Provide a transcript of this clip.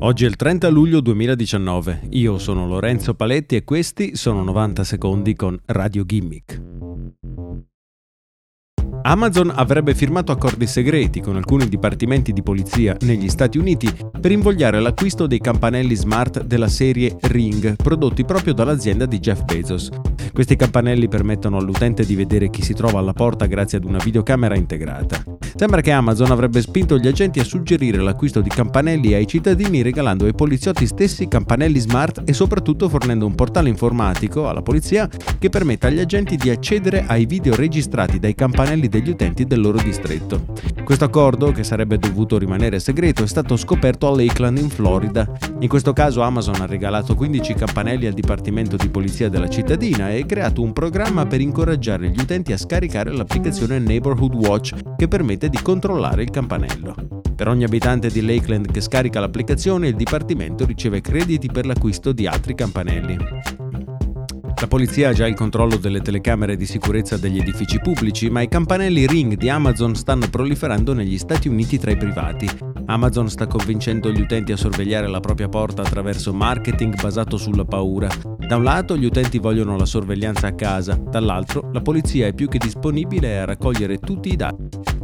Oggi è il 30 luglio 2019, io sono Lorenzo Paletti e questi sono 90 secondi con Radio Gimmick. Amazon avrebbe firmato accordi segreti con alcuni dipartimenti di polizia negli Stati Uniti per invogliare l'acquisto dei campanelli smart della serie Ring, prodotti proprio dall'azienda di Jeff Bezos. Questi campanelli permettono all'utente di vedere chi si trova alla porta grazie ad una videocamera integrata. Sembra che Amazon avrebbe spinto gli agenti a suggerire l'acquisto di campanelli ai cittadini regalando ai poliziotti stessi campanelli smart e soprattutto fornendo un portale informatico alla polizia che permetta agli agenti di accedere ai video registrati dai campanelli degli utenti del loro distretto. Questo accordo, che sarebbe dovuto rimanere segreto, è stato scoperto a Lakeland in Florida. In questo caso Amazon ha regalato 15 campanelli al Dipartimento di Polizia della cittadina e creato un programma per incoraggiare gli utenti a scaricare l'applicazione Neighborhood Watch che permette di controllare il campanello. Per ogni abitante di Lakeland che scarica l'applicazione, il Dipartimento riceve crediti per l'acquisto di altri campanelli. La polizia ha già il controllo delle telecamere di sicurezza degli edifici pubblici, ma i campanelli Ring di Amazon stanno proliferando negli Stati Uniti tra i privati. Amazon sta convincendo gli utenti a sorvegliare la propria porta attraverso marketing basato sulla paura. Da un lato gli utenti vogliono la sorveglianza a casa, dall'altro la polizia è più che disponibile a raccogliere tutti i dati